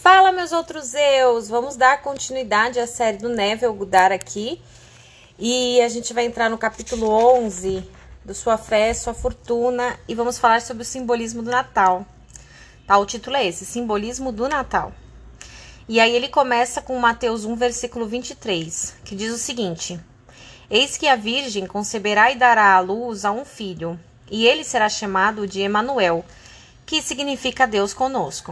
Fala, meus outros eus! Vamos dar continuidade à série do Neville Goddard aqui. E a gente vai entrar no capítulo 11 do Sua Fé, Sua Fortuna. E vamos falar sobre o simbolismo do Natal. Tá, o título é esse, Simbolismo do Natal. E aí ele começa com Mateus 1, versículo 23, que diz o seguinte: Eis que a Virgem conceberá e dará à luz a um filho, e ele será chamado de Emanuel, que significa Deus conosco.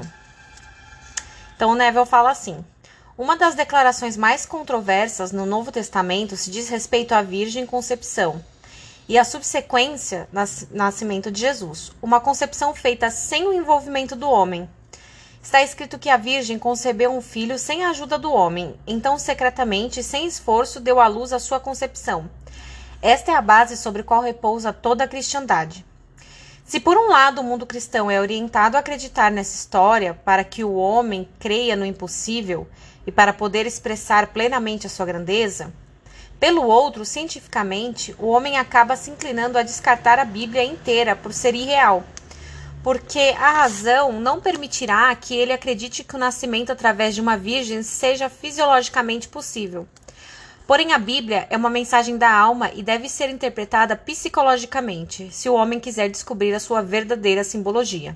Então o Neville fala assim: uma das declarações mais controversas no Novo Testamento se diz respeito à Virgem Concepção e à subsequência nascimento de Jesus, uma concepção feita sem o envolvimento do homem. Está escrito que a Virgem concebeu um filho sem a ajuda do homem, então secretamente e sem esforço deu à luz a sua concepção. Esta é a base sobre a qual repousa toda a cristandade. Se por um lado o mundo cristão é orientado a acreditar nessa história para que o homem creia no impossível e para poder expressar plenamente a sua grandeza, pelo outro, cientificamente, o homem acaba se inclinando a descartar a Bíblia inteira por ser irreal, porque a razão não permitirá que ele acredite que o nascimento através de uma virgem seja fisiologicamente possível. Porém, a Bíblia é uma mensagem da alma e deve ser interpretada psicologicamente, se o homem quiser descobrir a sua verdadeira simbologia.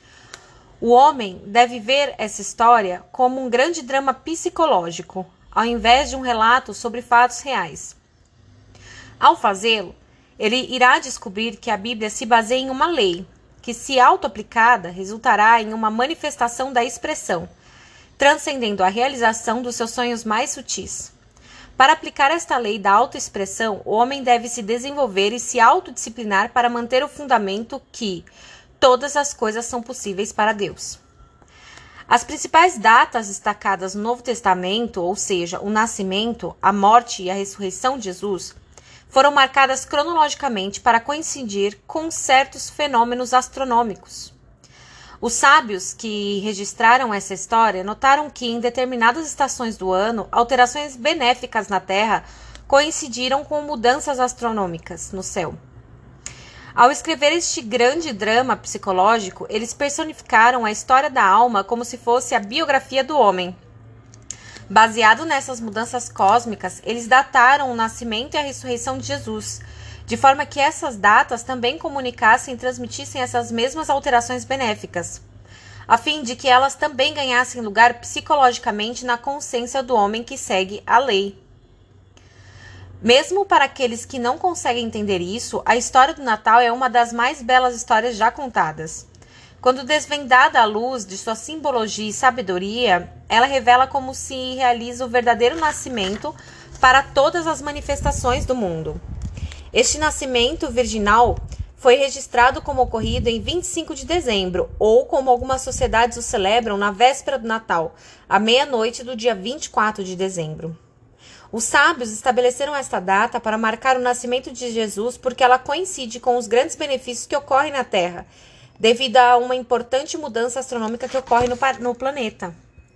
O homem deve ver essa história como um grande drama psicológico, ao invés de um relato sobre fatos reais. Ao fazê-lo, ele irá descobrir que a Bíblia se baseia em uma lei, que, se auto-aplicada, resultará em uma manifestação da expressão, transcendendo a realização dos seus sonhos mais sutis. Para aplicar esta lei da autoexpressão, o homem deve se desenvolver e se autodisciplinar para manter o fundamento que todas as coisas são possíveis para Deus. As principais datas destacadas no Novo Testamento, ou seja, o nascimento, a morte e a ressurreição de Jesus, foram marcadas cronologicamente para coincidir com certos fenômenos astronômicos. Os sábios que registraram essa história notaram que, em determinadas estações do ano, alterações benéficas na Terra coincidiram com mudanças astronômicas no céu. Ao escrever este grande drama psicológico, eles personificaram a história da alma como se fosse a biografia do homem. Baseado nessas mudanças cósmicas, eles dataram o nascimento e a ressurreição de Jesus, de forma que essas datas também comunicassem e transmitissem essas mesmas alterações benéficas, a fim de que elas também ganhassem lugar psicologicamente na consciência do homem que segue a lei. Mesmo para aqueles que não conseguem entender isso, a história do Natal é uma das mais belas histórias já contadas. Quando desvendada à luz de sua simbologia e sabedoria, ela revela como se realiza o verdadeiro nascimento para todas as manifestações do mundo. Este nascimento virginal foi registrado como ocorrido em 25 de dezembro, ou como algumas sociedades o celebram na véspera do Natal, à meia-noite do dia 24 de dezembro. Os sábios estabeleceram esta data para marcar o nascimento de Jesus porque ela coincide com os grandes benefícios que ocorrem na Terra, devido a uma importante mudança astronômica que ocorre no planeta.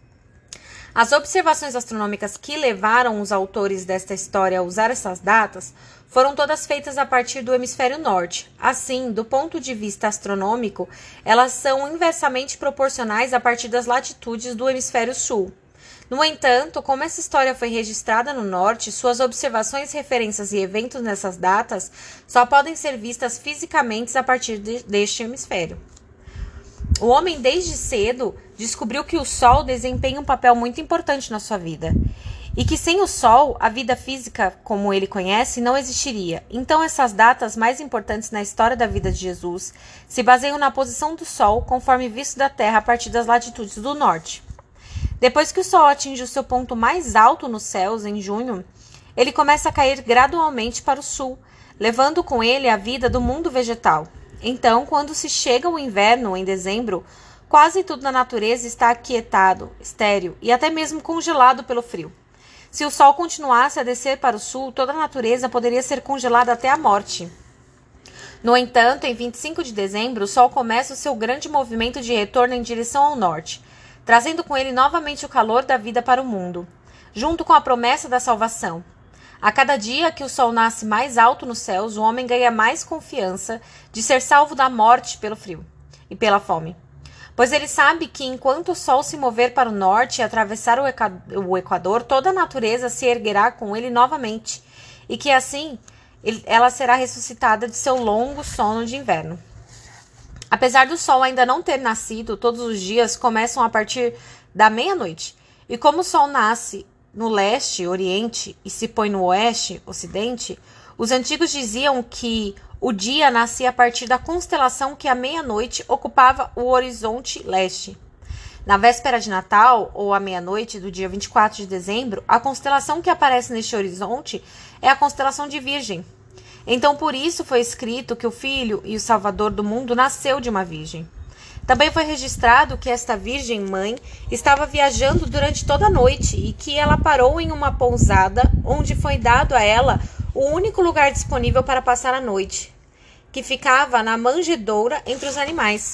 As observações astronômicas que levaram os autores desta história a usar essas datas foram todas feitas a partir do hemisfério norte. Assim, do ponto de vista astronômico, elas são inversamente proporcionais a partir das latitudes do hemisfério sul. No entanto, como essa história foi registrada no norte, suas observações, referências e eventos nessas datas só podem ser vistas fisicamente a partir deste hemisfério. O homem, desde cedo, descobriu que o Sol desempenha um papel muito importante na sua vida, e que sem o Sol, a vida física, como ele conhece, não existiria. Então, essas datas mais importantes na história da vida de Jesus se baseiam na posição do Sol, conforme visto da Terra a partir das latitudes do norte. Depois que o Sol atinge o seu ponto mais alto nos céus, em junho, ele começa a cair gradualmente para o sul, levando com ele a vida do mundo vegetal. Então, quando se chega o inverno, em dezembro, quase tudo na natureza está aquietado, estéril e até mesmo congelado pelo frio. Se o Sol continuasse a descer para o sul, toda a natureza poderia ser congelada até a morte. No entanto, em 25 de dezembro, o Sol começa o seu grande movimento de retorno em direção ao norte, trazendo com ele novamente o calor da vida para o mundo, junto com a promessa da salvação. A cada dia que o sol nasce mais alto nos céus, o homem ganha mais confiança de ser salvo da morte pelo frio e pela fome. Pois ele sabe que enquanto o sol se mover para o norte e atravessar o Equador, toda a natureza se erguerá com ele novamente, e que assim ela será ressuscitada de seu longo sono de inverno. Apesar do sol ainda não ter nascido, todos os dias começam a partir da meia-noite. E como o sol nasce no leste, oriente, e se põe no oeste, ocidente, os antigos diziam que o dia nascia a partir da constelação que à meia-noite ocupava o horizonte leste. Na véspera de Natal, ou à meia-noite do dia 24 de dezembro, a constelação que aparece neste horizonte é a constelação de Virgem. Então, por isso foi escrito que o Filho e o Salvador do mundo nasceu de uma virgem. Também foi registrado que esta Virgem Mãe estava viajando durante toda a noite e que ela parou em uma pousada onde foi dado a ela o único lugar disponível para passar a noite, que ficava na manjedoura entre os animais.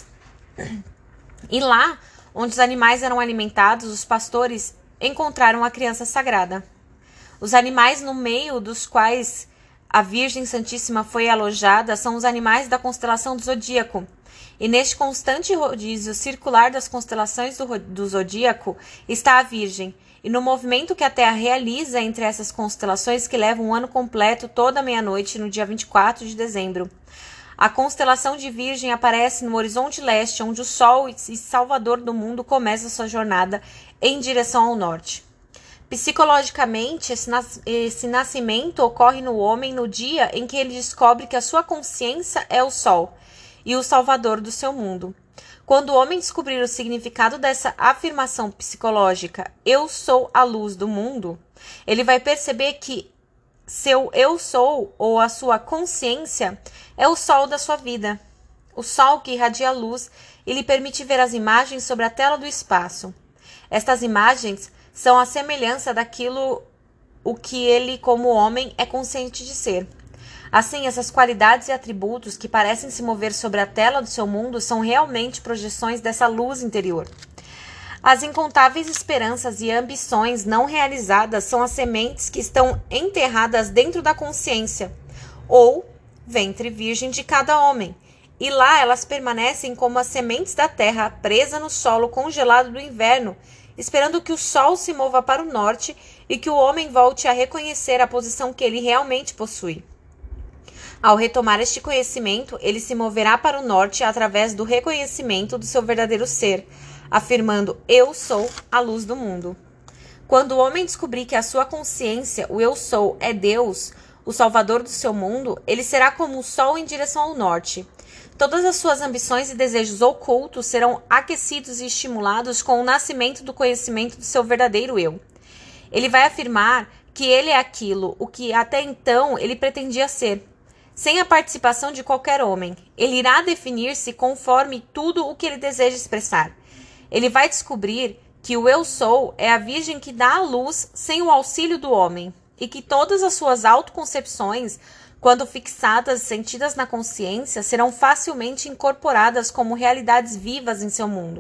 E lá, onde os animais eram alimentados, os pastores encontraram a criança sagrada. Os animais no meio dos quais a Virgem Santíssima foi alojada são os animais da constelação do Zodíaco. E neste constante rodízio circular das constelações do Zodíaco está a Virgem, e no movimento que a Terra realiza entre essas constelações que leva um ano completo toda a meia-noite no dia 24 de dezembro. A constelação de Virgem aparece no horizonte leste, onde o Sol e Salvador do mundo começa sua jornada em direção ao norte. Psicologicamente, esse nascimento ocorre no homem no dia em que ele descobre que a sua consciência é o Sol e o Salvador do seu mundo. Quando o homem descobrir o significado dessa afirmação psicológica, eu sou a luz do mundo, ele vai perceber que seu eu sou, ou a sua consciência, é o sol da sua vida. O sol que irradia a luz e lhe permite ver as imagens sobre a tela do espaço. Estas imagens são a semelhança daquilo o que ele, como homem, é consciente de ser. Assim, essas qualidades e atributos que parecem se mover sobre a tela do seu mundo são realmente projeções dessa luz interior. As incontáveis esperanças e ambições não realizadas são as sementes que estão enterradas dentro da consciência, ou ventre virgem de cada homem, e lá elas permanecem como as sementes da terra presa no solo congelado do inverno, esperando que o sol se mova para o norte e que o homem volte a reconhecer a posição que ele realmente possui. Ao retomar este conhecimento, ele se moverá para o norte através do reconhecimento do seu verdadeiro ser, afirmando: eu sou a luz do mundo. Quando o homem descobrir que a sua consciência, o eu sou, é Deus, o Salvador do seu mundo, ele será como o sol em direção ao norte. Todas as suas ambições e desejos ocultos serão aquecidos e estimulados com o nascimento do conhecimento do seu verdadeiro eu. Ele vai afirmar que ele é aquilo, o que até então ele pretendia ser. Sem a participação de qualquer homem, ele irá definir-se conforme tudo o que ele deseja expressar. Ele vai descobrir que o eu sou é a Virgem que dá a luz sem o auxílio do homem, e que todas as suas autoconcepções, quando fixadas e sentidas na consciência, serão facilmente incorporadas como realidades vivas em seu mundo.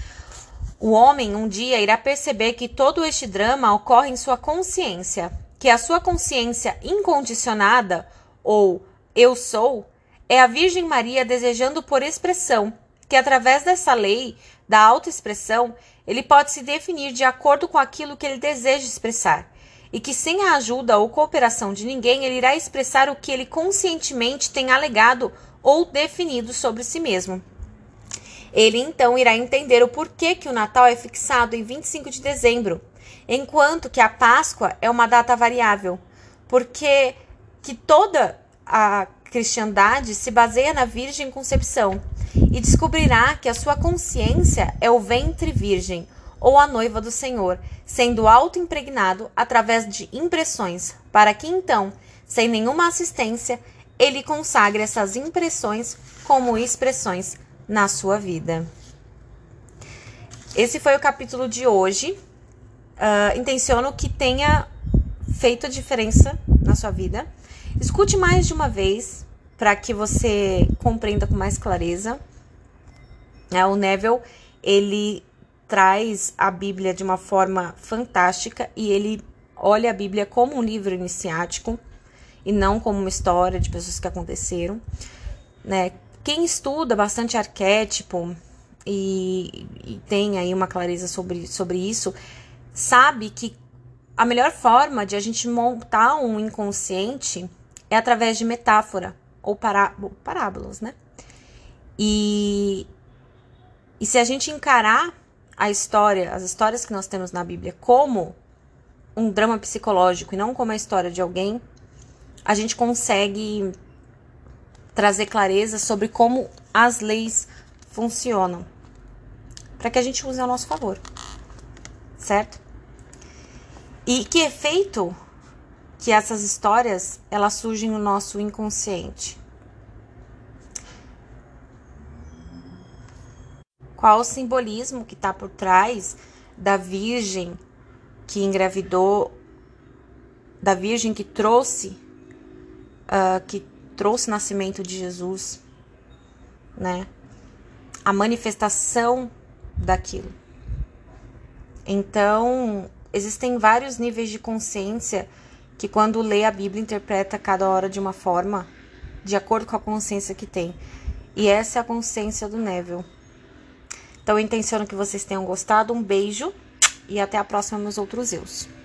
O homem um dia irá perceber que todo este drama ocorre em sua consciência, que a sua consciência incondicionada, ou eu sou, é a Virgem Maria desejando por expressão, que através dessa lei da autoexpressão, ele pode se definir de acordo com aquilo que ele deseja expressar, e que sem a ajuda ou cooperação de ninguém, ele irá expressar o que ele conscientemente tem alegado ou definido sobre si mesmo. Ele então irá entender o porquê que o Natal é fixado em 25 de dezembro, enquanto que a Páscoa é uma data variável, porque que toda a cristandade se baseia na Virgem Concepção, e descobrirá que a sua consciência é o ventre virgem, ou a noiva do Senhor, sendo auto-impregnado através de impressões, para que então, sem nenhuma assistência, ele consagre essas impressões como expressões na sua vida. Esse foi o capítulo de hoje. Intenciono que tenha feito a diferença na sua vida. Escute mais de uma vez para que você compreenda com mais clareza. O Neville, ele traz a Bíblia de uma forma fantástica e ele olha a Bíblia como um livro iniciático e não como uma história de pessoas que aconteceram, né? Quem estuda bastante arquétipo e tem aí uma clareza sobre isso, sabe que a melhor forma de a gente montar um inconsciente é através de metáfora ou parábolas, né? E se a gente encarar as histórias que nós temos na Bíblia como um drama psicológico e não como a história de alguém, a gente consegue trazer clareza sobre como as leis funcionam, para que a gente use ao nosso favor, certo? E que efeito que essas histórias, elas surgem no nosso inconsciente? Qual o simbolismo que está por trás da Virgem que engravidou, da Virgem que trouxe o nascimento de Jesus, né? A manifestação daquilo. Então, existem vários níveis de consciência que, quando lê a Bíblia, interpreta cada hora de uma forma, de acordo com a consciência que tem. E essa é a consciência do Neville. Então, eu intenciono que vocês tenham gostado. Um beijo e até a próxima, meus outros eus.